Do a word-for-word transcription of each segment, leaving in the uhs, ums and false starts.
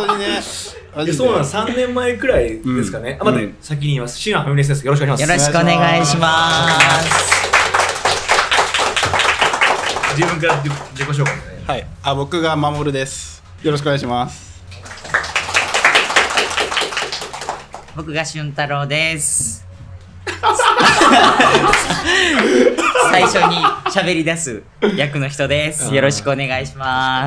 当にね。 そうなん、さんねんまえくらいですかね。あ、待って、先に言います。シーナファミレスです。よろしくお願いします。 よろしくお願いします。 自分から自己紹介ね。 はい。あ、僕がまもるです。よろしくお願いします。 僕が俊太郎です。最初に喋り出す役の人です。よろしくお願いします。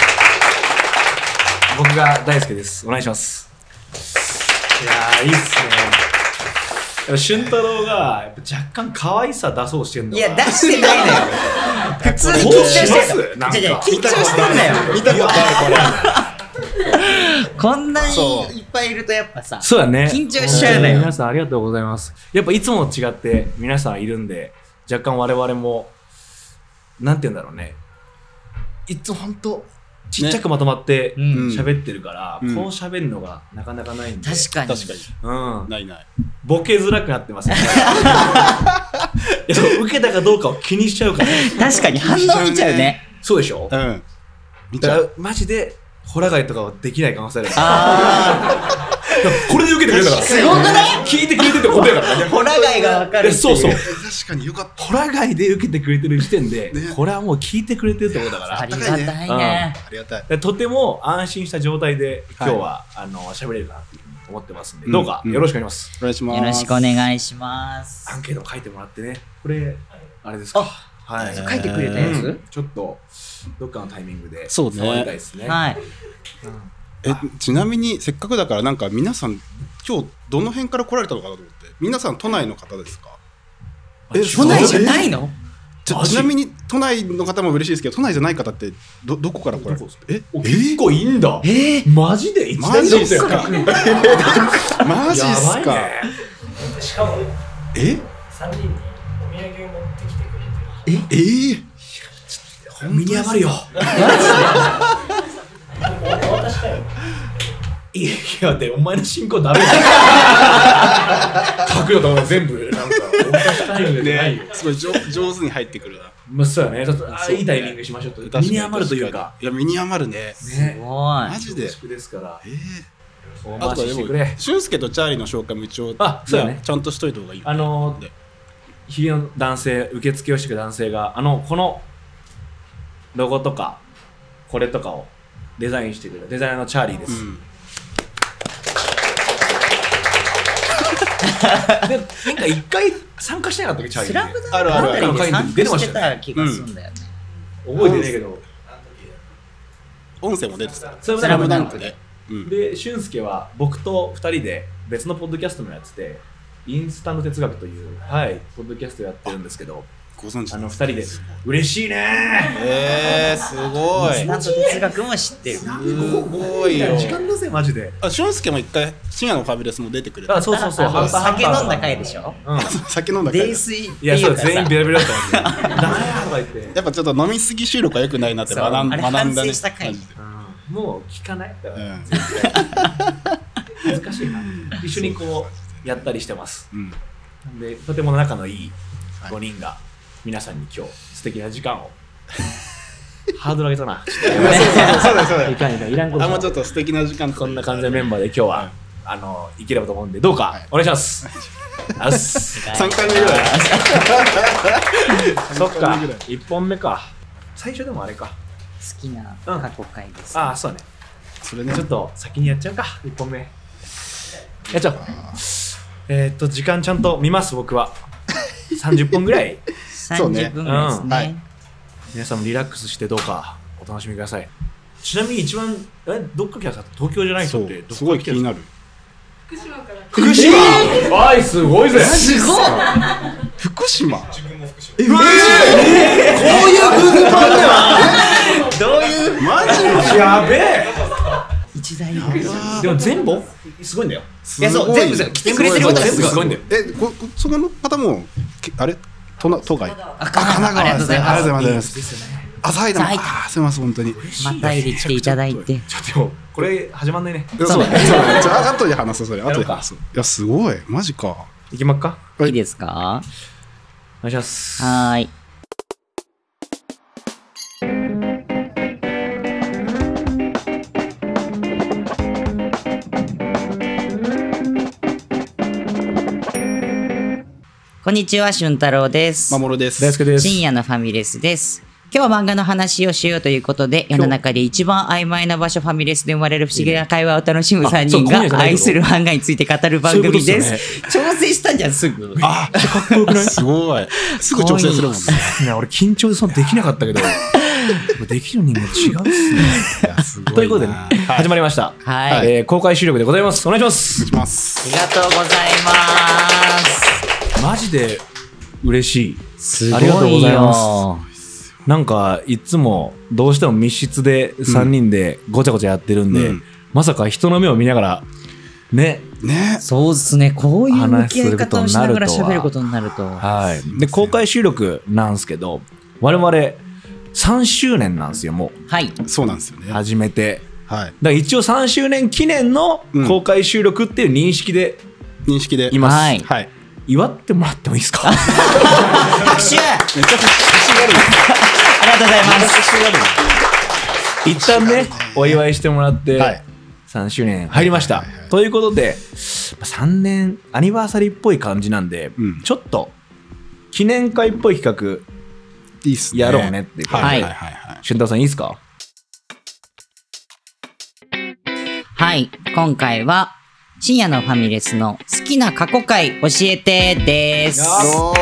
僕が大輔です。お願いします。いやー、いいっすね。俊太郎がやっぱ若干可愛さ出そうしてんの。 いや、出してないのよ。普通に緊張してる。 なんか緊張してんだよ。 見たことあるこれ。こんなにいっぱいいるとやっぱさ、 そうだね。 緊張しちゃうのよ。 皆さんありがとうございます。やっぱいつもと違って皆さんいるんで、若干我々もなんて言うんだろうね。いつも本当ちっちゃくまとまって喋ってるから、 うん、 こう喋るのがなかなかないんで。 確かに。 確かに。 うん。 ないない。 ボケづらくなってますね。いや、受けたかどうかを気にしちゃうから。 確かに反応見ちゃうね。 そうでしょ？ うん。 見ちゃう。マジで、ホラガイとかはできない可能性ある。あー。これで受けてくれたから。 すごくない？ 聞いてくれてることやからね。 ホラガイがわかる。 そうそう。 確かによかった。 ホラガイで受けてくれてる時点で、ね、これはもう聞いてくれてるってことだから。 ありがたいね。 ありがたい。 とても安心した状態で今日は、はい、あの喋れるかなっていうふうに思ってますんで、うん、どうかよろしくお願いします。 お願いします。 よろしくお願いします。 アンケート書いてもらってね。これあれですか。 はい。書いてくれたやつ、うん？ ちょっとどっかのタイミングでそうね。 触りたいですね。 はい。 え、ちなみにせっかくだからなんか皆さん今日どの辺から来られたのかなと思って。皆さん都内の方ですか？ え、都内じゃないの？ ち, ちなみに都内の方も嬉しいですけど、都内じゃない方ってどどこから来られるんですか？ え、結構いいんだ。 えー、 マジで？ マジですか？マジっすか？ しかもえ？ さんにんにお土産を持ってきてくれてる。 え？えー？ 身に余るよ。マジで？渡したよ。 いや、待って、お前の進行ダメだ。書くよと思う全部なんか渡したいんじゃないよ。 すごい上上手に入ってくるな。 まあそうだね。ちょっといいタイミングしましょうと。身に余るというか。 いや身に余るね。 すごい。 マジで。 ですから。 ええ。 お回ししてくれ。 俊介とチャーリーの紹介も一応あ、そうだね。 ちゃんとしといた方がいい。 あのひげの男性、受付をしてくる男性があのこのロゴとかこれとかをデザインしてくれるデザイナーのチャーリーです。でなんか一回参加してなかったっけチャーリー。 スラムあるあるある参加してた気がするんだよね。 覚えてないけど。 音声も出てた。 スラムダンクで。 で、俊介は僕とふたりで別のポッドキャストもやってて、インスタント哲学という、はい、ポッドキャストやってるんですけど、 ご存知あのふたりで嬉しいねー。えー、すごい。 インスタント哲学も知ってる。 すごいよ。 時間だぜマジで。 あ、俊介も一回深夜のファビュラスも出てくれた。 あ、そうそうそう。 酒飲んだ回でしょ。 うん。酒飲んだ回。 泥酔。 いや、そう全員ベラベラだったんで。ダメやとか言って。 やっぱちょっと飲みすぎ収録は良くないなって学んだね。 反省した回。 もう聞かない。恥ずかしいな。一緒にこうやったりしてます。で、とても仲のいいごにんが皆さんに今日素敵な時間をハードル上げたな。 そうだそうだ。 いかんいかんいらんこと。 あんまちょっと素敵な時間。 こんな完全メンバーで今日はあのいければと思うんでどうかお願いします。あす。 三回目ぐらい。 そっか。一本目か。最初でもあれか。 好きな過去回です。 ああそうね。 それねちょっと先にやっちゃうか一本目。やっちゃおう。えー、っと時間ちゃんと見ます僕は。三十分ぐらい。 三十分ぐらいですね。 皆さんもリラックスしてどうかお楽しみください。ちなみに一番えどっか来た東京じゃない人ってすごい気になる。 福島から。 福島。わいすごいぜ。 すごい。 福島。 自分も福島。 ええこういうグループなんだよ。 どういうマジやべえ。 一大でも全部すごいんだよ。 いやそう全部来てくれてることが全部すごいんだよ。 えこその方もあれ都内都外。 あ神奈川ですね。 ありがとうございます。あ埼玉。あすみませせん本当に。 また入れていただいて。 ちょっとでもこれ始まんないね。 そうだね。そうだね。じゃあ後で話そうそれ後で話そう。いやすごいマジか。 行きまっか。 いいですか。 お願いします。 はい。 こんにちは、俊太郎です。 守です大輔です。 深夜のファミレスです。今日は漫画の話をしようということで、世の中で一番曖昧な場所ファミレスで生まれる不思議な会話を楽しむさんにんが愛する漫画について語る番組です。調整したじゃん、すぐ。 あ、かっこよくない？すごい。すぐ調整するもんね。 いや俺緊張でそんなできなかったけど、できる人間違うっすね。 いやすごいな。 ということでね、始まりました。 はい。 えー公開収録でございます。お願いします。 お願いします。 ありがとうございます。 マジで嬉しい。 すごいよ。 ありがとうございます。なんかいつもどうしても密室でさんにんでごちゃごちゃやってるんで、 うん、 まさか人の目を見ながらねね、 そうですね、こういう向き合い方をしながら喋ることになると。 はい。で公開収録なんですけど、我々さんしゅうねんなんですよ、もう。 はい。 そうなんですよね。 初めて。 はい。 だから一応さんしゅうねん記念の公開収録っていう認識で認識でいます。 はいはい。 祝ってもらってもいいですか？ 拍手。 めっちゃ欲しがる。 ありがとうございます。 一旦ね、お祝いしてもらって、 はい、 さんしゅうねん入りました。 はいはいはいはい、 ということで、さんねんアニバーサリーっぽい感じなんで、うん、ちょっと記念会っぽい企画いいっすね、 やろうねっていう感じで。 はい。 俊太郎さんいいですか？ はい。今回は、深夜のファミレスの好きな過去回教えてです。 そっ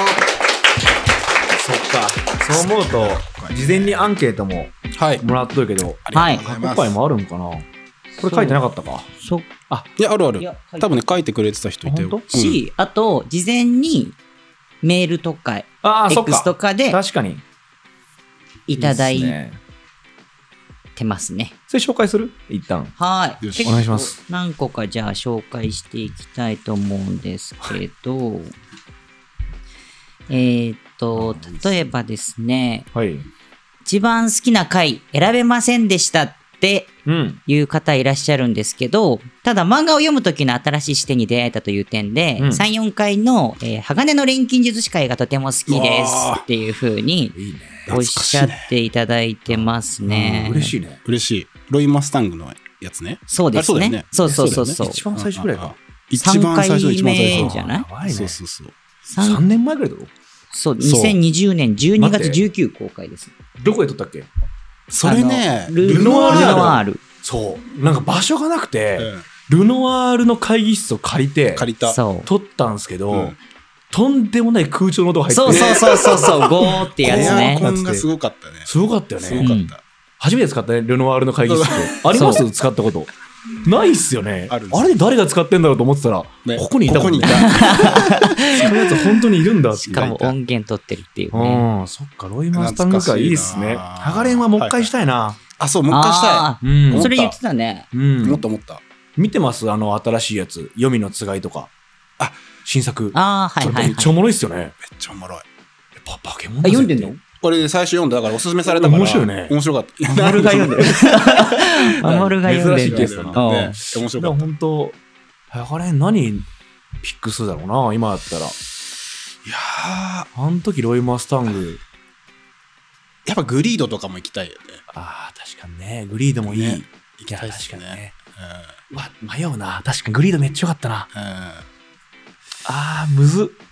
か。そう思うと、事前にアンケートももらっとるけど、 はい。 過去回もあるんかな？これ書いてなかったか？ そあ、いや、あるある。多分ね、書いてくれてた人いたよ。 本当？し、あと、事前にメールとか、 あ、 X とかで、 確かに。 いただいてますね。 それ紹介する？一旦。 はい。 お願いします。 何個かじゃあ紹介していきたいと思うんですけど、えーっと、例えばですね、 はい、 一番好きな回選べませんでしたっていう方いらっしゃるんですけど、うん、ただ漫画を読む時の新しい視点に出会えたという点で、うん、さん、よんかいの、えー、鋼の錬金術師会がとても好きですっていう風におっしゃっていただいてますね。 嬉しいね。 嬉しい。ロイ・マスタングのやつね。 そうですね。ねそうそうそうそう。 一番最初ぐらいか。 一番最初、一番最初じゃない？ そうそうそう。 さんねんまえぐらいだろ？ そう、にせんにじゅうねんじゅうにがつじゅうくにち公開です。 どこで撮ったっけ？ それね、 ルノワール。 そう。なんか場所がなくて、ルノワールの会議室を借りて、 借りた。 撮ったんですけど、とんでもない空調の音が入ってそうそうそうそうそう、ゴーってやつね。 エアコンがすごかったね。 すごかったよね。 すごかった。 初めて使ったね、ルノワールの会議室って。あります？使ったこと。ないっすよね。あれ誰が使ってんだろうと思ってたら、ここにいたもんね。使うやつ本当にいるんだって。 しかも音源取ってるっていうね。そっか、ロイ・マスタング会いいっすね。ハガレンはもう一回したいな。 あ、そう、もう一回したい。それ言ってたね。 思った思った。 見てます？あの新しいやつ、黄泉のつがいとか。あ、新作。 ああ、はいはい。 めっちゃおもろいっすよね。 めっちゃおもろい。 バケモン読んでんの？ これ最初読んだだからおすすめされたから面白いね。 面白かった。 アモルが読んでる。アモルが読んでる。 珍しいケースだな。面白かった。 本当、ハガレン何ピックするだろうな、今だったら。いやー、あの時ロイ・マスタング。 やっぱグリードとかも行きたいよね。 ああ、確かにね。グリードもいい。行きたい確かにね。うわ、迷うな。確かにグリードめっちゃよかったな。ああ、むずっ。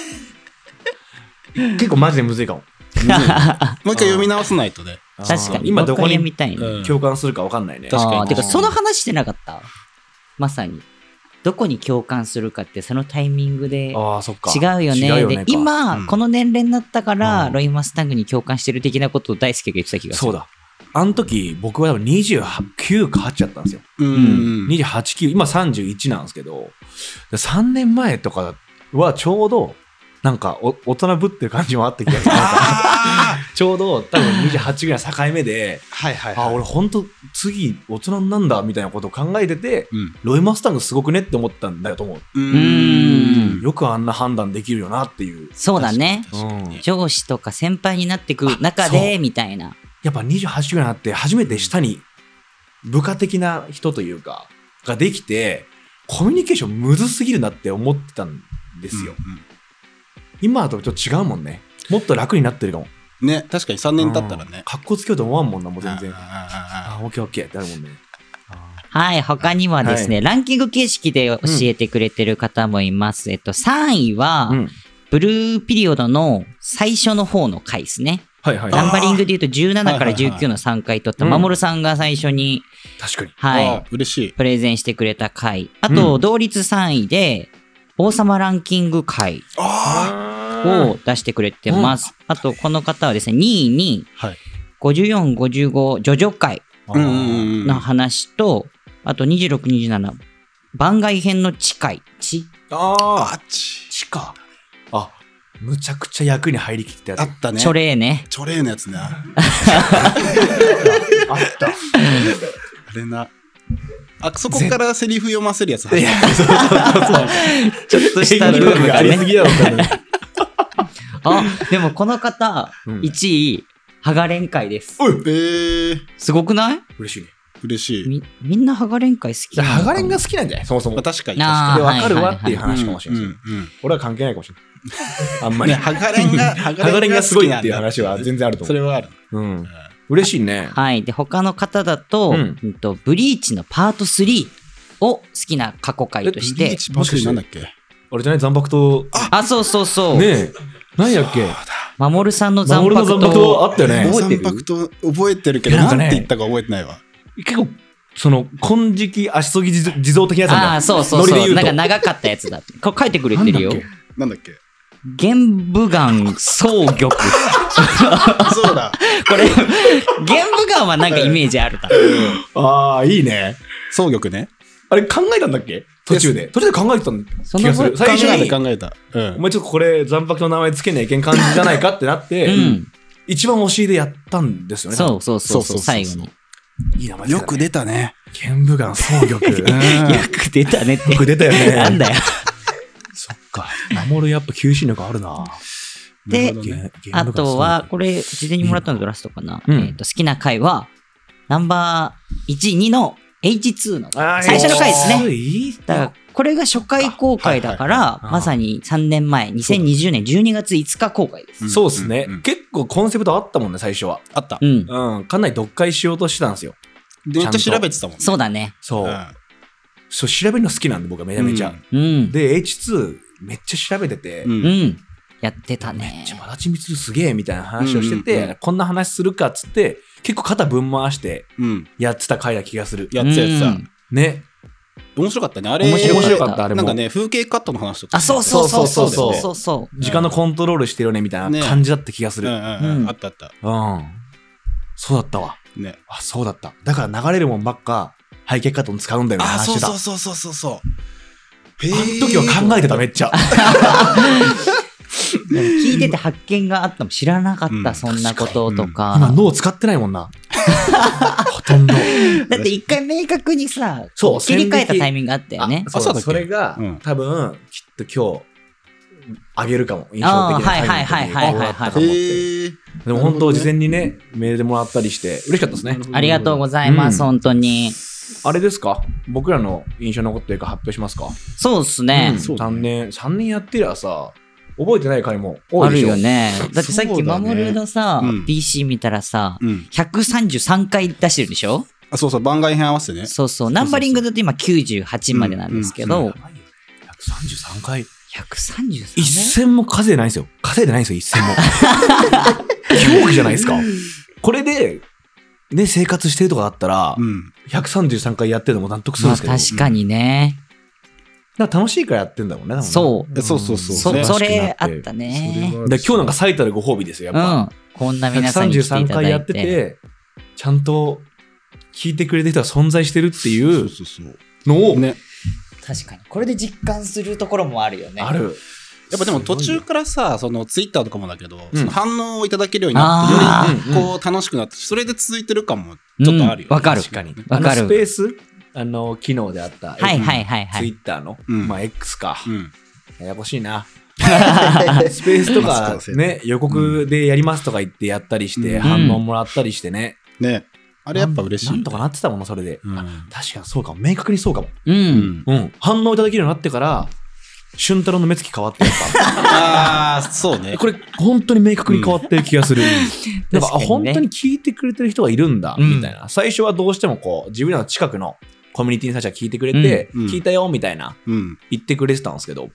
結構マジでむずいかも。 もう一回読み直さないとね。 確かに。 今どこに共感するか分かんないね。 確かに。てかその話してなかった。まさに。どこに共感するかってそのタイミングで違うよね。で、今この年齢になったからロイ・マスタングに共感してる的なことを大輔が言ってた気がする。 そうだ。あの時僕は多分にじゅうきゅうかはっちゃったんですよ。にじゅうはち、きゅう、今さんじゅういちなんですけど、さんねんまえとかはちょうどなんかお大人ぶってる感じもあってきてちょうど多分にじゅうはちぐらいの境目で、はいはいはい、あ俺本当次大人なんだみたいなことを考えてて、うん、ロイ・マスタングすごくねって思ったんだよと思う。うーん、よくあんな判断できるよなっていう。 そうだね、うん、上司とか先輩になってく中でみたいな。 やっぱにじゅうはちぐらいになって初めて下に部下的な人というかができてコミュニケーションむずすぎるなって思ってたんですよ、うんうん、今とちょっと違うもんね。もっと楽になってるかもね。確かにさんねん経ったらね、 かっこつけようと思わんもんな。もう全然ああオッケーオッケーってあるもんね。 はい、他にはですね、はい、ランキング形式で教えてくれてる方もいます。えっとさんいは、うん、 ブルーピリオドの最初の方の回ですね。 はいはい。 ナンバリングで言うとじゅうななからじゅうきゅうのさんかい取った守さんが最初に、 確かに。 はい。 嬉しい。 プレゼンしてくれた回。あと、同率さんいで、王様ランキング回を出してくれてます。あと、この方はですね、にいに、ごじゅうよん、ごじゅうご、ジョジョ回の話と、あとにじゅうろく、にじゅうなな、番外編の地回。地ああ、地か。あ、むちゃくちゃ役に入りきってやつ。 あったね。 チョレーね。 チョレーのやつね。あった。あれな。あ、そこからセリフ読ませるやつ。いや、そうそうそう。 ちょっとしたルールがありすぎだろ、ね。 あ、でもこの方、いちい、ハガレン会です。 えー、 すごくない？ 嬉しいね。 嬉しい。 み、みんなハガレン会好きなのかな。 ハガレンが好きなんじゃないそもそも。 確かに。 で、わかるわっていう話かもしれない。俺は関係ないかもしれない。あんまり。 ハガレンが、 ハガレンがすごいっていう話は全然あると思う。 それはある。 うん。嬉しいね。 はい。で、他の方だと、うん、うんと、ブリーチのパートスリーを好きな過去回として。 ブリーチパートスリーなんだっけ？ あれじゃない残白と。 あ、そうそうそう。 ねえ。何やっけ？ 守さんの残白と。 守の残白とあったよね。 覚えてる？残白と覚えてるけど、なんて言ったか覚えてないわ。 結構、その、金色足そぎ地蔵的なやつなんだよ。 ああ、そうそうそう。なんか長かったやつだって。これ書いてくれてるよ。 なんだっけ？ 玄武岩双玉。 そうだ。 これ、玄武岩はなんかイメージあるだろ。ああ、いいね。 双玉ね。 あれ考えたんだっけ？途中で。途中で考えてたん気がする。 最初に考えた。 お前ちょっとこれ残白の名前つけなきゃいけん感じじゃないかってなって、一番推しでやったんですよね。 そうそうそう、最後に。 いい名前よく出たね。 玄武岩双玉。よく出たねって。 よく出たよね。 なんだよ。 そっか。守るやっぱ求心力あるな。 で、あとは、これ、事前にもらったのとラストかな。えっと、好きな回は、ナンバーいち、にの エイチツー の最初の回ですね。だから、これが初回公開だから、まさにさんねんまえ、にせんにじゅうねんじゅうにがついつか公開です。 そうですね。結構コンセプトあったもんね、最初は。 あった。 うん。 うん。かなり読解しようとしてたんですよ。 めっちゃ調べてたもんね。 そうだね。 そう。そう、調べるの好きなんで、僕はめちゃめちゃ。 うん。 で、エイチツー めっちゃ調べてて。 うん。やってたね。 めっちゃまだちみつるすげえみたいな話をしてて、こんな話するかっつって、結構肩ぶん回してやってた回な気がする。 やってたやつさ。 ね。 面白かったね。あれ、 面白かった。あれも。 なんかね、風景カットの話とか。 あ、そうそうそうそうそうそう。 時間のコントロールしてるよねみたいな感じだった気がする。 あったあった。 うん。そうだったわ。 ね。 あ、そうだった。だから流れるもんばっか背景カットに使うんだよね。 あ、そうそうそうそうそうそう。 あの時は考えてためっちゃ。 聞いてて発見があったも知らなかった、うん、そんなこととか、 うん、今脳使ってないもんなほとんどだって一回明確にさそう切り替えたタイミングがあったよね。 あそうだそれが、うん、多分きっと今日あげるかも印象的なタイミングに終わったかもって。でも本当事前にねメールでもらったりして嬉しかったですね。 ありがとうございます、うん、本当に。 あれですか僕らの印象に残ってるか発表しますか。 そうですね、 うん、さんねんさんねんやってりゃさ覚えてない回も多いでしょ。 あるよね。だってさっき守るのさ、ねうん、ピーシー 見たらさ、うん、ひゃくさんじゅうさんかい出してるでしょ。 あ、そうそう、番外編合わせてね。 そうそう、ナンバリングだと今きゅうじゅうはちまでなんですけど、うんうん、ひゃくさんじゅうさんかい。ひゃくさんじゅうさんねん一銭も稼いでないんですよ。稼いでないんですよ、一銭も。狂気じゃないですか。これで、ね、生活してるとかだったら、うん、ひゃくさんじゅうさんかいやってるのも納得するんですけど。 まあ、確かにね。 だから楽しいからやってんだもんね。 そう。 そうそうそう。 そ, それあったね。 で今日なんか最たるご褒美ですよ、やっぱ。うん。 こんな皆さんに来ていただいて。ひゃくさんじゅうさんかいやってて、 ちゃんと聞いてくれてる人は存在してるっていうのを。ね。 確かに。これで実感するところもあるよね。 ある。 やっぱでも途中からさ、そのツイッターとかもだけど、うん、その反応をいただけるようになって、よりこう楽しくなって、それで続いてる感もちょっとあるよね。 わ、うん、かる。 確かに。 わかる。 スペースあの、機能であった。 はいはいはいはい。 ツイッターの、 うん、 まあ X か。うん、ややこしいな。スペースとかね、予告でやりますとか言ってやったりして、うん、反応もらったりしてね。 ね。あれやっぱ嬉しい。 なんとかなってたもの、それで、うん。確かにそうかも。明確にそうかも。 うん。 うん。反応いただけるようになってから、俊太郎の目つき変わってやっぱ。ああ、そうね。 これ、本当に明確に変わってる気がする。うん、なんか、ね、本当に聞いてくれてる人がいるんだ、みたいな、うん。最初はどうしてもこう、自分らの近くのコミュニティの人たちが聞いてくれて、うん、聞いたよ、みたいな、うん、言ってくれてたんですけど、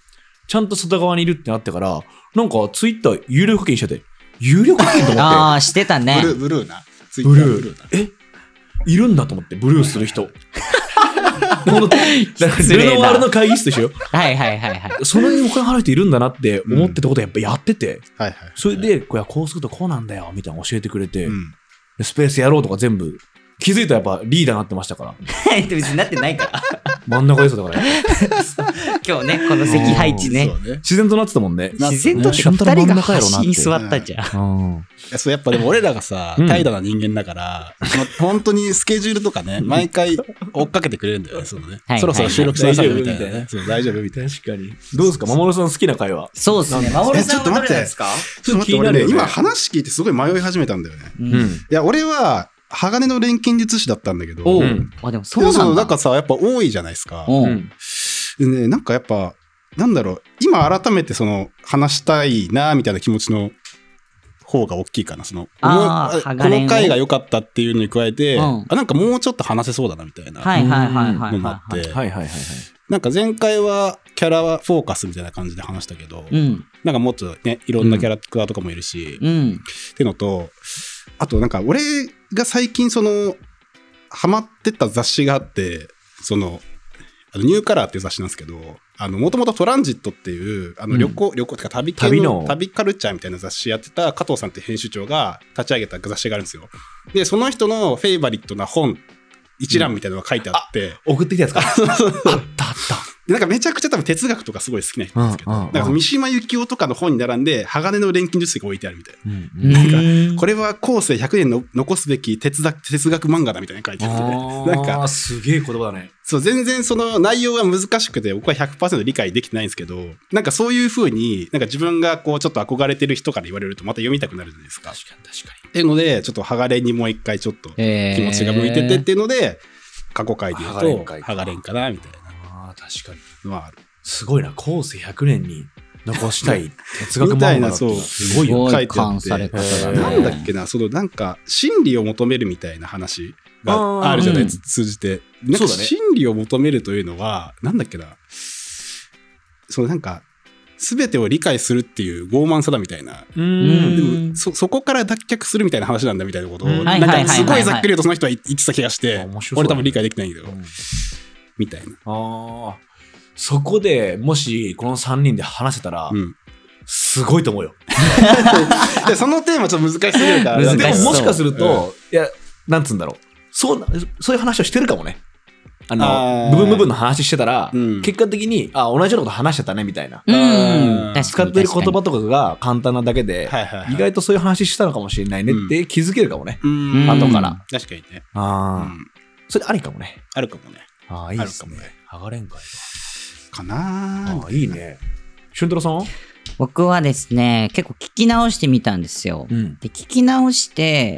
ちゃんと外側にいるってなってから、なんかツイッター有料課金してて、有料課金と思って。 ああ、してたね。 ブルー、ブルーな。ツイブッタールー。えいるんだと思って、ブルーする人。ルノワールの会議室でしょ。 はいはいはいはい。 それにお金払う人いるんだなって思ってたことはやっぱやってて、 はいはい。 それで、こうこうするとこうなんだよ、みたいなの教えてくれて、 うん、 スペースやろうとか全部、気づいたらやっぱリーダーになってましたから。 別になってないから。 真ん中ですだから。 今日ね、この席配置ね。 自然となってたもんね。 自然とってかふたりが端に座ったじゃん。 いやそうやっぱでも俺らがさ、怠惰な人間だから、本当にスケジュールとかね、毎回追っかけてくれるんだよね、そのね。そろそろ収録しなさいみたいなね。そう、大丈夫みたいな。 確かに。どうですか、守さん好きな会話。 そうですね、守さんはどれですか？ ちょっと待って、俺ね、今話聞いてすごい迷い始めたんだよね。うん。いや、俺は、鋼の錬金術師だったんだけど。 うん。あ、でもそうなんだ。 なんかさ、やっぱ多いじゃないですか。 うん。 でね、なんかやっぱ、なんだろう、今改めてその、話したいな、みたいな気持ちの方が大きいかな。その、 あこの回が良かったっていうのに加えて、うん、あ、なんかもうちょっと話せそうだな、みたいな。 はいはいはいはい。 のもあって。 はいはいはいはい。 なんか前回はキャラフォーカスみたいな感じで話したけど、 うん、 なんかもっとね、いろんなキャラクターとかもいるし、 うん、 ってのと、あとなんか俺が最近その、ハマってた雑誌があって、その、あのニューカラーっていう雑誌なんですけど、あの、もともとトランジットっていう、あの旅行、うん、旅行ってか旅系の旅の旅カルチャーみたいな雑誌やってた加藤さんって編集長が立ち上げた雑誌があるんですよ。で、その人のフェイバリットな本、一覧みたいなのが書いてあって。 うん、送ってきたやつか。あったあった。 なんかめちゃくちゃ多分哲学とかすごい好きな人なんですけど、うんうんうん、なんか三島由紀夫とかの本に並んで、鋼の錬金術師が置いてあるみたいな。うん、なんか、これは後世ひゃくねんの残すべき哲学、哲学漫画だみたいな書いてあって、ね、なんか、 すげえ言葉だね。 そう、全然その内容は難しくて、僕は ひゃくパーセント 理解できてないんですけど、なんかそういう風に、なんか自分がこうちょっと憧れてる人から言われるとまた読みたくなるじゃないですか。 確かに確かに。 っていうので、ちょっと鋼にもう一回ちょっと気持ちが向いててっていうので、過去回で言うと、鋼かなみたいな。 ああ、確かに。 まあ、 すごいな、後世ひゃくねんに残したい哲学漫画だってすごいよ、 書いてあって。なんだっけな、そのなんか、真理を求めるみたいな話があるじゃない、通じて。なんか真理を求めるというのは、なんだっけな、そのなんか、すべてを理解するっていう傲慢さだみたいな。でもそ、そこから脱却するみたいな話なんだみたいなことを、なんかすごいざっくり言うとその人は言ってた気がして、俺多分理解できないけど、みたいな。 ああ。そこでもしこのさんにんで話せたら、うん、すごいと思うよ。 でそのテーマちょっと難しすぎるから。 でももしかすると、うん、いや、なんつうんだろう。そう、そういう話をしてるかもね。あの、部分部分の話してたら、うん、結果的に、あ、同じようなこと話しちゃったね、みたいな。 うん、 使ってる言葉とかが簡単なだけで、はいはいはい、意外とそういう話したのかもしれないねって気づけるかもね。うん、後から。 確かにね。 ああ、うん。それありかもね。 あるかもね。 ああ、いいですね。剥がれんかいかなあ、いいね。俊太郎さんは？ 僕はですね、結構聞き直してみたんですよ。うん、で聞き直して、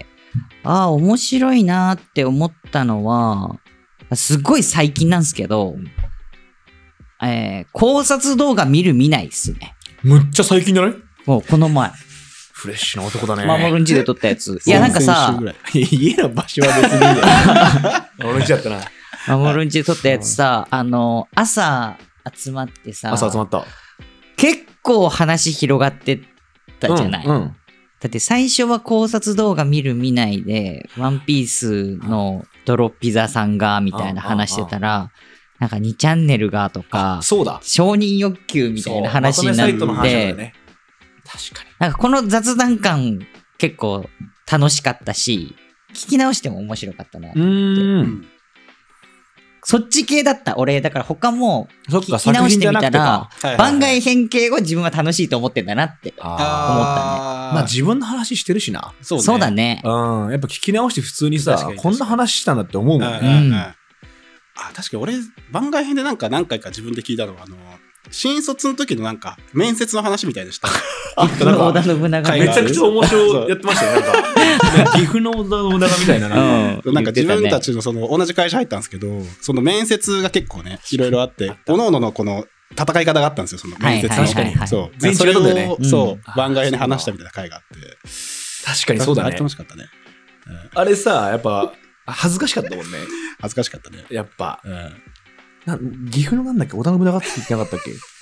ああ、面白いなって思ったのは、すっごい最近なんですけど、うん、えー、考察動画見る見ないっすね。 むっちゃ最近じゃない？ もうこの前。 フレッシュな男だね。 守るんちで撮ったやつ。いや、なんかさ、 家の場所は別にいいんだよ。守るんちだったな。 守るんちで撮ったやつさ、あの、朝集まってさ、 朝集まった。 結構話広がってたじゃない。うんうん、だって最初は考察動画見る見ないで、ワンピースのドロピザさんが、みたいな話してたら、なんかにチャンネルがとか、 そうだ。 承認欲求みたいな話になって、まね、確かに。なんかこの雑談感結構楽しかったし、聞き直しても面白かったなって。うーん。そっち系だった。俺、だから他も聞き直してみたら、番外編系を自分は楽しいと思ってんだなって思ったね。 まあ自分の話してるしな。 そうね。そうだね。 うん。やっぱ聞き直して普通にさ、こんな話したんだって思うもんね。うん。あ、 確かに俺、番外編でなんか何回か自分で聞いたのは、あの、新卒の時のなんか、面接の話みたいでした。 あ、織田信長。 めちゃくちゃ面白いやってましたよ。なんか、岐阜の織田信長みたいな。 なんか、なんか自分たちのその、同じ会社入ったんですけど、その面接が結構ね、いろいろあって、各々のこの、戦い方があったんですよ、その面接の。 確かに。 そう。それを、そう、番外編で話したみたいな回があって。 確かにそうだね。 楽しかったね。 あれさ、やっぱ、恥ずかしかったもんね。 恥ずかしかったね。 やっぱ。岐阜のなんだっけ、織田信長って言ってなかったっけ？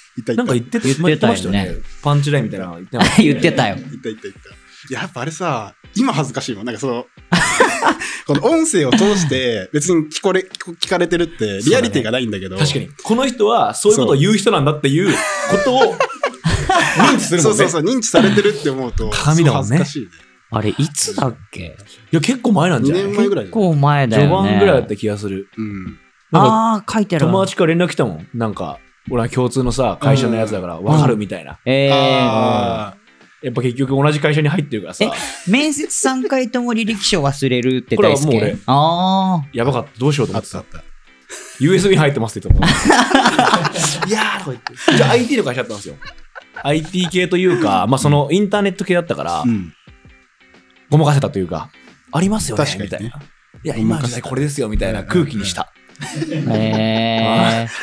なんか言ってた、 言ってたよねましたよね。パンチラインみたいなの言ってましたね言ってたよ。 言った言った言った。いや、やっぱあれさ、今恥ずかしいもん。なんかその、この音声を通して別に聞これ、聞かれてるってリアリティがないんだけど。 確かに。この人はそういうことを言う人なんだっていうことを認知するもんね。 そうそうそう、認知されてるって思うと、 鏡だもんね。 恥ずかしいね。 あれ、いつだっけ？ いや、結構前なんじゃない？ にねんまえぐらい。 結構前だよね。 序盤ぐらいだった気がする。 うん。 なんかああ、書いてあるわ。 友達から連絡来たもん。なんか、俺は共通のさ、会社のやつだから分かるみたいな。 ええー。 あやっぱ結局同じ会社に入ってるからさ。 面接さんかいとも履歴書忘れるって大好き。 これはもう俺。 ああ。 やばかった。どうしようとあ。あ思っってたあった。 ユーエスビー 入ってますって言ったの。いやーとか言って。じゃあ アイティー の会社だったんですよ。アイティー 系というか、まあそのインターネット系だったから、 うん。 ごまかせたというか、ありますよね、 確かにねみたいな。いや、今の時代これですよ、みたいな空気にした。 へえ。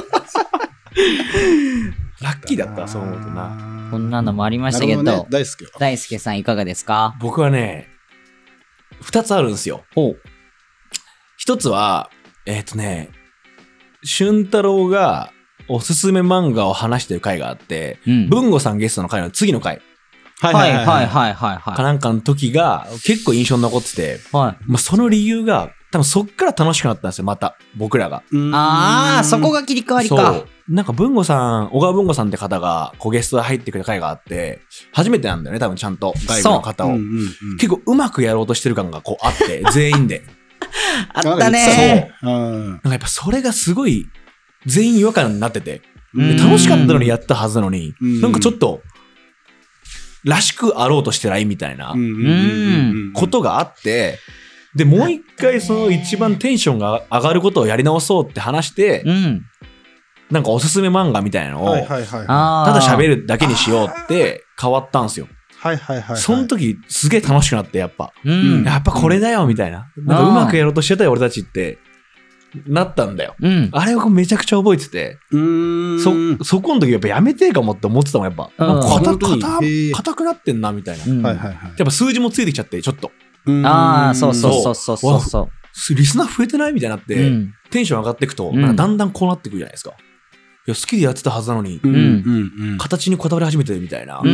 ラッキーだった、そう思うとな。 こんなのもありましたけど、 なるほね、大好きよ。 大輔さんいかがですか？ 僕はね、二つあるんですよ。 ほう。 一つは、えっ、ー、とね、俊太郎がおすすめ漫画を話してる回があって、 うん、 文吾さんゲストの回の次の回。 はいはいはいはいはいはい。 かなんかの時が結構印象に残ってて、はい。まあ、その理由が、多分そっから楽しくなったんですよ、また。僕らが。 ああ、そこが切り替わりか。 そう。なんか文吾さん、小川文吾さんって方が、こうゲストで入ってくれた回があって、初めてなんだよね、多分ちゃんと外部の方を。うんうんうん、結構うまくやろうとしてる感がこうあって、全員で。 あったね。 そう。なんかやっぱそれがすごい、全員違和感になってて、楽しかったのにやったはずなのに、なんかちょっと、らしくあろうとしてないみたいなことがあって、で、もう一回その一番テンションが上がることをやり直そうって話して、うん、なんかおすすめ漫画みたいなのを、ただ喋るだけにしようって変わったんですよ。 はいはいはい、はい。 その時すげえ楽しくなってやっぱ、うん、やっぱこれだよみたいな。なんかうまくやろうとしてたよ俺たちってなったんだよ。うん、あれをめちゃくちゃ覚えてて、うーんそそこの時やっぱやめてえかもって思ってたもんやっぱ。なんか硬硬硬くなってんなみたいな。うん、はいはいはい。やっぱ数字もついてきちゃってちょっっと。 ああ、そうそうそうそうそうそう。 リスナー増えてないみたいになって、うん、テンション上がっていくと、なんかだんだんこうなっていくじゃないですか。いや、好きでやってたはずなのに、うんうん、形にこだわり始めてるみたいな。うん、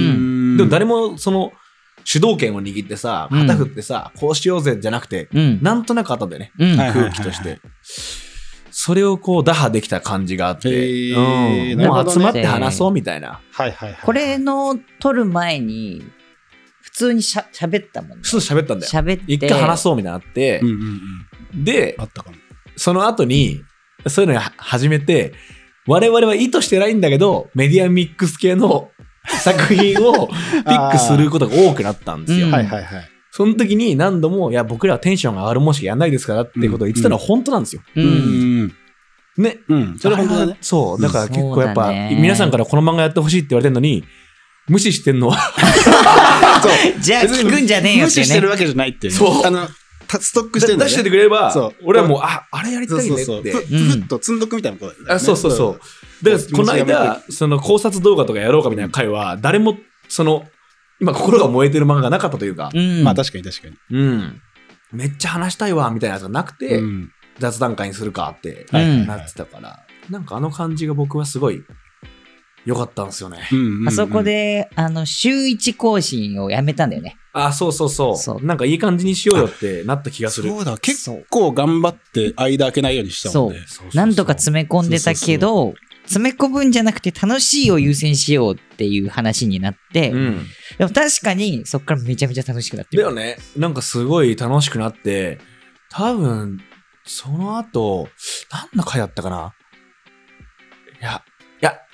でも誰もその、主導権を握ってさ、旗振ってさ、うん、こうしようぜじゃなくて、うん、なんとなくあったんだよね。うん、空気として。それをこう打破できた感じがあって、うん、もう集まって話そうみたいな。 はいはいはい。 これの撮る前に、普通にしゃ喋ったもんね。 普通喋ったんだよ。 喋って。 一回話そうみたいになって、うんうんうん、で、あったかも。その後に、そういうのを始めて、我々は意図してないんだけど、メディアミックス系の作品をピックすることが多くなったんですよ。はいはいはい。その時に何度も、いや、僕らはテンションが上がるもんしかやんないですからっていうことを言ってたのは本当なんですよ。うん。うんね。うん。それ本当だね。そう。だから結構やっぱ、皆さんからこの漫画やってほしいって言われてるのに、無視してんのはそう。じゃあ聞くんじゃねえよってね。 無視してるわけじゃないっていう、ね。そう。あの、ストックしてんだ、ね、 出しててくれれば、そう俺はもう、あ、あれやりたいねって。そうそうそうふふっと積んどくみたいなことだよね。 あ、そうそうそう。だから、この間、その考察動画とかやろうかみたいな回は、誰も、その、今心が燃えてる漫画がなかったというか。 うん、まあ確かに確かに。 うん。めっちゃ話したいわ、みたいなやつがなくて、うん、雑談会にするかって、なってたから、うん、なんかあの感じが僕はすごい、良かったんですよね。 うんうんうん、あそこで、あの、週一更新をやめたんだよね。 あ、そうそうそう。そうなんかいい感じにしようよってなった気がする。 そうだ、結構頑張って間開けないようにしたもんね。 そう。そうそうそうなんとか詰め込んでたけど、そうそうそう詰め込むんじゃなくて楽しいを優先しようっていう話になって、うん、でも確かにそっからめちゃめちゃ楽しくなってる。だよね。なんかすごい楽しくなって、多分、その後、何の回だったかな。いや、いや、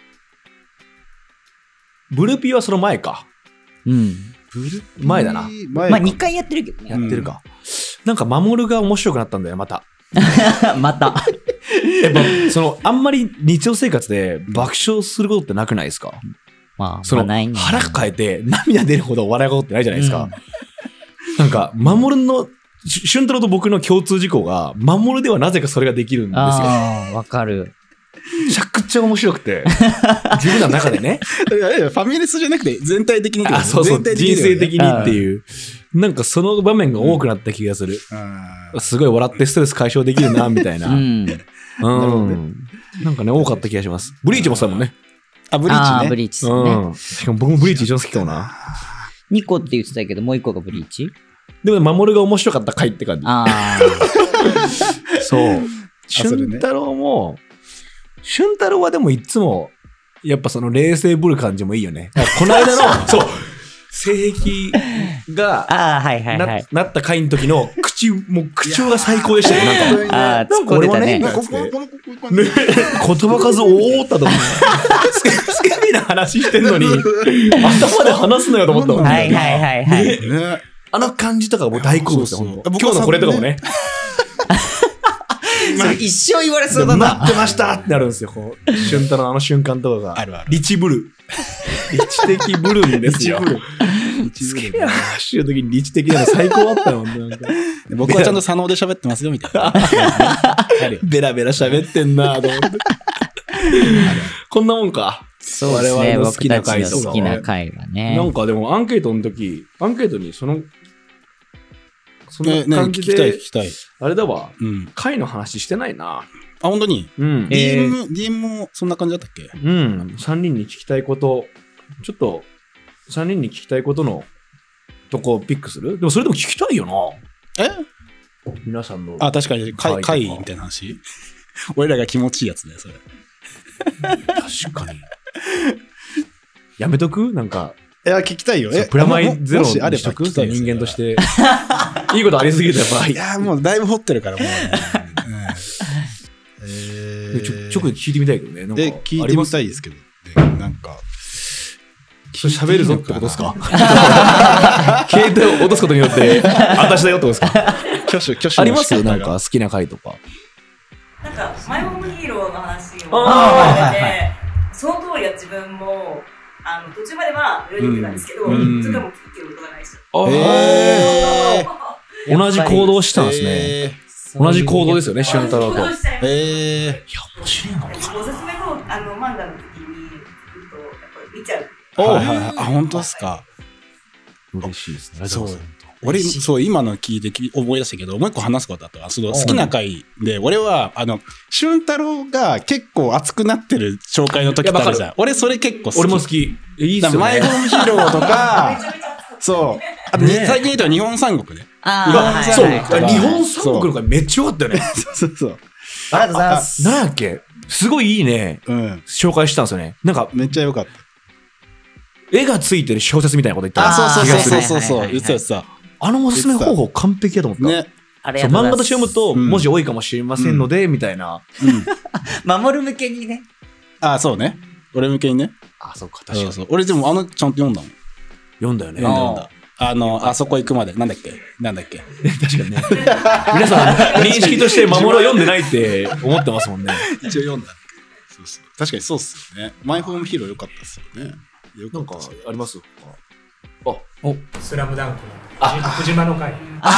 ブルピーはその前か。うん。ブルピー前だな。 まあにかいやってるけどね。 やってるか。うん、なんか守るが面白くなったんだよ、また。 また。 やっぱ、その、あんまり日常生活で爆笑することってなくないですか？まあ、その、まあね、腹抱えて涙出るほど笑い事ってないじゃないですか。うん、なんか、守るの、俊太郎と僕の共通事項が、守るではなぜかそれができるんですよ。 ああ、わかる。 めちゃくちゃ面白くて、自分の中でね。 ファミレスじゃなくて全体的に、 あ、そうそう、ね、人生的にっていう。なんかその場面が多くなった気がする。うん、すごい笑ってストレス解消できるな、みたいな。うん。うん。なんかね、多かった気がします。ブリーチもそうだもんね。 あ、ブリーチね。 あーブリーチですね。 うん。しかも僕もブリーチ一番好きかもな。 にこって言ってたけど、もういっこがブリーチ。 でも、守が面白かった回って感じ。 ああ。 そう。 それね俊太郎も、俊太郎はでもいつも、やっぱその冷静ぶる感じもいいよね。この間の、そう、性癖がああ、はいはいな,、 はい。 なった回の時の口、もう口調が最高でしたよ。なんか、 ああ、突っ込んでたね。 ここ、ここ、ここ、ここ、 ね、言葉数多ったと思う。スケスケベな話してんのに、頭で話すなよと思ったもんね。 はいはいはいはい。 ねね。 あの感じとかもう大好物ですよ、 そうそうほんと今日のこれとかもね。 それ一生言われそうだな。 待ってましたってなるんですよ、こう。俊太郎のあの瞬間とかが。 あるあるリチブル。リチ的ブルンですよ。 一部でスケベな話してる時にリチ的なの最高だったよ、なんか。 僕はちゃんと左脳で喋ってますよ、みたいな。あるよベラベラ喋ってんなぁと思って。こんなもんか。 そうですね。 我々の好僕きな回たちの好きな回はね。 なんかでもアンケートの時、アンケートにその、そんね、ね、 な感じ聞きたい、 で聞、きたい。 あれだわ、 うん。 回の話してないな。 あ、本当にうん。 え ?ディーエム、ディーエム もそんな感じだったっけうん。さんにんに聞きたいこと、ちょっと、さんにんに聞きたいことのとこをピックするでもそれでも聞きたいよな。 え皆さんの。 あ、確かに、 回会、 とか会みたいな話俺らが気持ちいいやつね、それ。 確かに。やめとくなんか、 いや、聞きたいよ。 そうプラマイゼロにもしあればしとく聞きたいです人間として。いいことありすぎるとやっぱいや、もうだいぶ掘ってるから、もうね。うんえちょ、ちょく聞いてみたいけどね。なんかで、聞いてみたいですけど。でなんか。 それ喋るぞってことですか携帯を落とすことによって、私だよってことですか挙手、挙手ありますの仕方がなんか好きな回とか。 なんか、マイホームヒーローの話をあー聞いて、その通りは自分も、あの、途中までは読んでたんですけど、 うんそれからもう聞いてることがないし。 えー同じ行動してたんですね。 え同じ行動ですよね、俊太郎と。いや、 行動しちゃいまー、え面白いな。 すおすすめのあの漫画の時に、ずっとやっぱり見ちゃう。 ー。はいはいはい。あ、本当ですか。 嬉しいですね。 そう。俺、そう、今の聞いてき思い出したけど、もう一個話すことあったわ。その好きな回で、俺は、あの、俊太郎が結構熱くなってる紹介の時ってあるじゃん。俺それ結構好き。 俺も好き。いいっすよね。 マイホームヒーローとかめち、ゃめちゃ熱かった。 そう。あと、 ね最近言うと日本三国ね。 あうわあ、 そう、 はいはいはい日本三国の回めっちゃ良かったよね。 そうそう。 ありがとうございます。 なんやっけすごいいいね、 うん。 紹介したんですよね。なんか、 めっちゃ良かった。 絵がついてる小説みたいなこと言ったあ、そうそう気がするそうそうそう。 はいはいはいはい言ってた言ってた。 あのおすすめ方法完璧だと思った。 ね。 ありそう漫画としてがとうございます。 読むとうん文字多いかもしれませんので、みたいな。 うん。 守る向けにね。 あ、そうね。俺向けにね。 あ、そうか、 そうそう。俺でもあの、ちゃんと読んだもん。 読んだよね。 読んだ読んだ。あの、あそこ行くまで。なんだっけなんだっけ確かにね。皆さん、認識として守るを読んでないって思ってますもんね。 一応読んだ。そうそう。確かにそうっすよね。マイホームヒーロー良かったっすよね。よなんかかったっすよ、 ありますスラムダンクの藤間の回。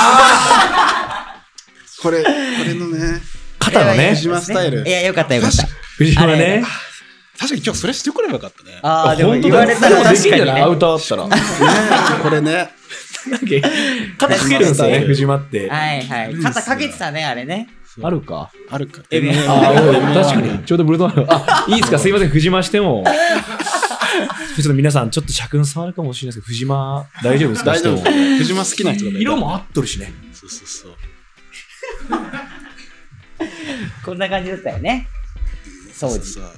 これ、これのね、 肩のね藤、島スタイル。 いや、よかったよかった。 藤島ね。 確かに今日それしてくればよかったね。 ああ、でも本当だ言われたらでもできんじゃないア確かにね。 ウターあったら。 ねこれね。 なんか肩かけるんですよね、藤島って。 はいはい。肩かけてたね、あれね。 あるか。 あるか。 えねああ、確かに。ちょうどブルドーあ、いいですかすいません、藤島しても。ちょっと皆さん、ちょっと尺ん触るかもしれないですけど、藤島大丈夫ですか大丈夫しても。 藤間好きな人がいた色も合っとるしね。 そうそうそう。 こんな感じだったよね。そうです。 そう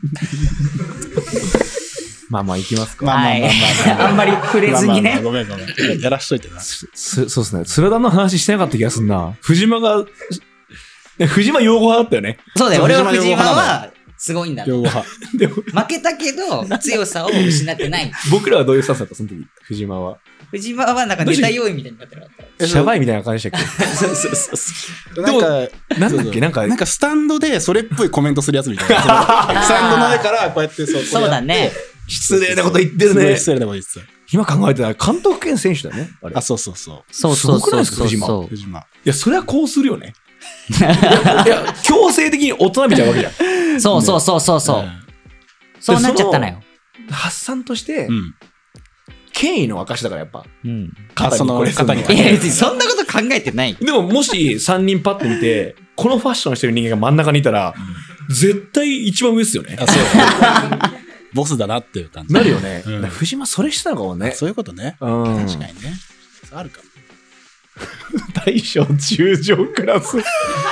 まあまあ、行きますか。 まあまあはいまあまあまあ。 あんまり触れずにねまあまあまあ。ごめんごめん。やらしといてな。 すそうですね。スラダンの話してなかった気がすんな。藤間が、藤間用語派だったよね。 そうだよ、 そう俺は藤間藤間用語はすごいんだ。 用語派。 でも、 負けたけど、強さを失ってない。 僕らはどういうスタンスだったその時、藤間は。 藤間はなんかネタ用意みたいになってなかった。 シャバいみたいな感じでしたっそうそうそうそなんか、 けなんだっけなんか、 なんかスタンドでそれっぽいコメントするやつみたいな。そのスタンドの上からこうやってそう。 う。そうだね。 失礼なこと言ってるすごいね。 失礼なこと言って今考えてたら監督兼選手だよね。あれ。 た。あ、 いそうそうそう。 そうそうすごくないそうですか藤そうそう。 藤間。 や、それはこうするよね。いや、いや強制的に大人びちゃうわけじゃん。 そうそうそうそうそう。そうなっちゃったのよ。 発散としてう、ん。 権威の証だからやっぱ。 うん。 あ、その肩にいや、別にそんなこと考えてない。 でももしさんにんパッて見て、このファッションしてる人間が真ん中にいたら、絶対一番上っすよね。 あ、そうだね。 ボスだなっていう感じ。 なるよね。 うん藤間それしてたのかもね。 そういうことね。 うん。 確かにね。そうあるかも。 大将中将クラス。 確か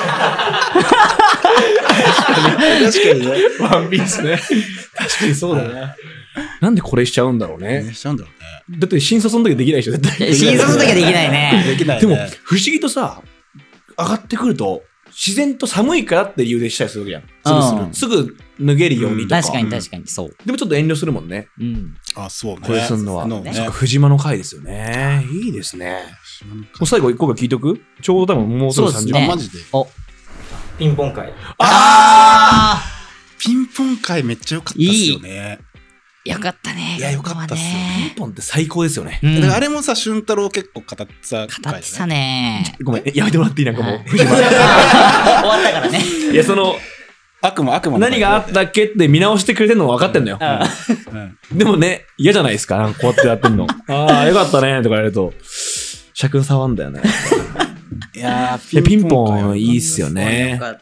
にね。 ワンピースね。確かにそうだね。なんでこれしちゃうんだろうね。 ねしちゃうんだろうね。 だって新卒の時できないでしょ、絶対。 新卒の時はできないね。 できないね。 でも、不思議とさ、上がってくると、自然と寒いからって理由でしたりするわけやん。すぐする。すぐ脱げるようにとか。 確かに確かに、そう。 でもちょっと遠慮するもんね。 うん。 あ、そうね。 これすんのは。 ねそっか、藤間の回ですよね。いいですね。もう最後一個が聞いとく？ちょうど多分もうすぐさんじゅっぷん。 マジで。 お。 ピンポン会。 あーピンポン会めっちゃ良かったっすよね。 よかったね。 いや、よかったっすよピンね。 ポンって最高ですよね。 だからあれもさ、俊太郎結構語ってた。 語ってたね。 ごめん、やめてもらっていい？なんかもう、藤間。 終わったからね。 いや、その、 悪魔、悪魔。 何があったっけって見直してくれてるの分かってんのよ。でもね、嫌じゃないですか。なんかこうやってやってんの。ああ、よかったね、とかやると。尺触んだよね。 いやー、ピンポンいいっすよね。 よかった。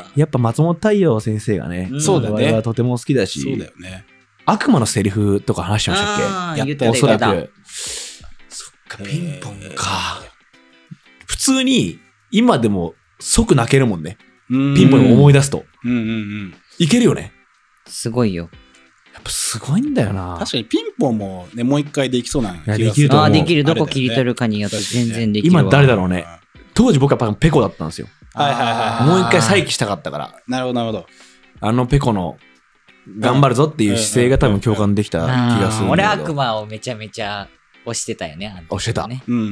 やっぱ松本太陽先生がね、 そうだね。 我々はとても好きだし。 そうだよね。 悪魔のセリフとか話してましたっけ？ やったおそらく。そっか、ピンポンか。普通に、今でも即泣けるもんね。ピンポンを思い出すと。 うんうんうん。 いけるよね。 すごいよ。 やっぱすごいんだよな。 確かにピンポンもね、もう一回できそうな気がする。 できると思う。 ああ、できる。どこ切り取るかによって全然できる。 今誰だろうね。当時僕はやっぱペコだったんですよ。 はいはいはい。 もう一回再起したかったから。 なるほどなるほど。 あのペコの頑張るぞっていう姿勢が多分共感できた気がする。 俺悪魔をめちゃめちゃ推してたよね。 推してた。 ね。 うんうんうん。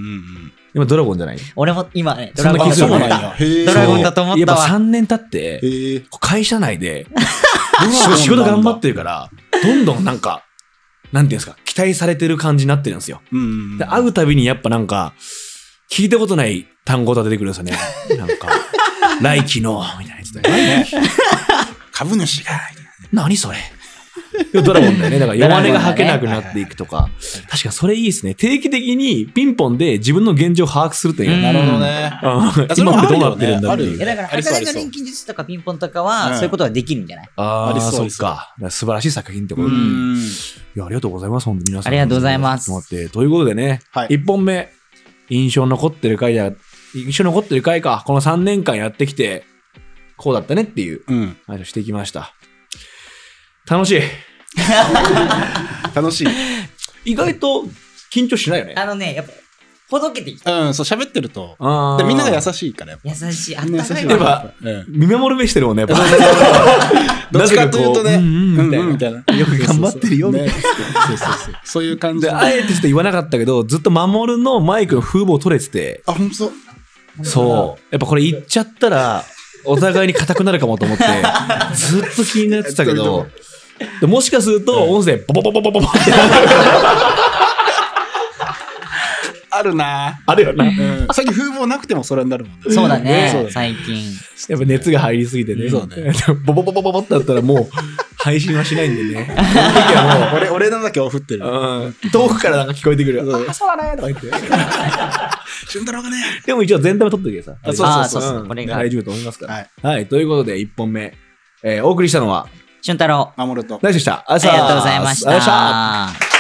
今ドラゴンじゃない？ 俺も今ね、 ドラゴンだと思った。 ドラゴンだと思ったわ。 やっぱさんねん経って、会社内で仕事頑張ってるから、どんどんなんか、なんていうんですか、期待されてる感じになってるんですよ。で会うたびにやっぱなんか、聞いたことない単語が出てくるんですよね。なんか、来期の、みたいなやつだよね。 株主が、 何それドラゴンだよね。だから弱音が吐けなくなっていくとか。確かにそれいいですね。定期的にピンポンで自分の現状を把握するという。 なるほどね。 今ってどうなってるんだっていう。 だから、鋼の錬金術とかピンポンとかは、そういうことができるんじゃない？ ああ、そうか。素晴らしい作品ってことで。いや、ありがとうございます。本当皆さん。 ありがとうございます。 ということでね、いっぽんめ、印象残ってる回だ、印象残ってる回か。このさんねんかんやってきて、こうだったねっていう話をしてきました。楽しい。 楽しい。 意外と緊張しないよね。 あのね、やっぱ、ほどけてきた。 うん、そう、喋ってると。でみんなが優しいからやっぱ。 優しい。あったかい。 やっぱ、見守る目してるもんね、やっぱ。 どっちかというとね、 うんうん、みたいな。よく頑張ってるよ、みたいな。 そうそうそう。そういう感じで。あえてちょっと言わなかったけど、ずっと守るのマイクの風貌取れてて。 あ、ほんとそう。 そう。やっぱこれ言っちゃったら、お互いに硬くなるかもと思って、ずっと気になってたけど、もしかすると音声ポポポポポポポってあるなあるよな。 最近風貌なくてもそれになるもんね。 そうだね。最近。 やっぱ熱が入りすぎてね。 そうね。 ボボボボボボってなったらもう配信はしないんでね。 俺、俺のだけオフってる。 遠くからなんか聞こえてくる。あ、そうだねとか言って。 俊太郎がね。 でも一応全体も撮ってるけどさ。 そうそうそう。これが大丈夫と思いますから。はい。ということでいっぽんめ、お送りしたのは、 俊太郎。 守ると。 大丈夫でした。 ありがとうございました。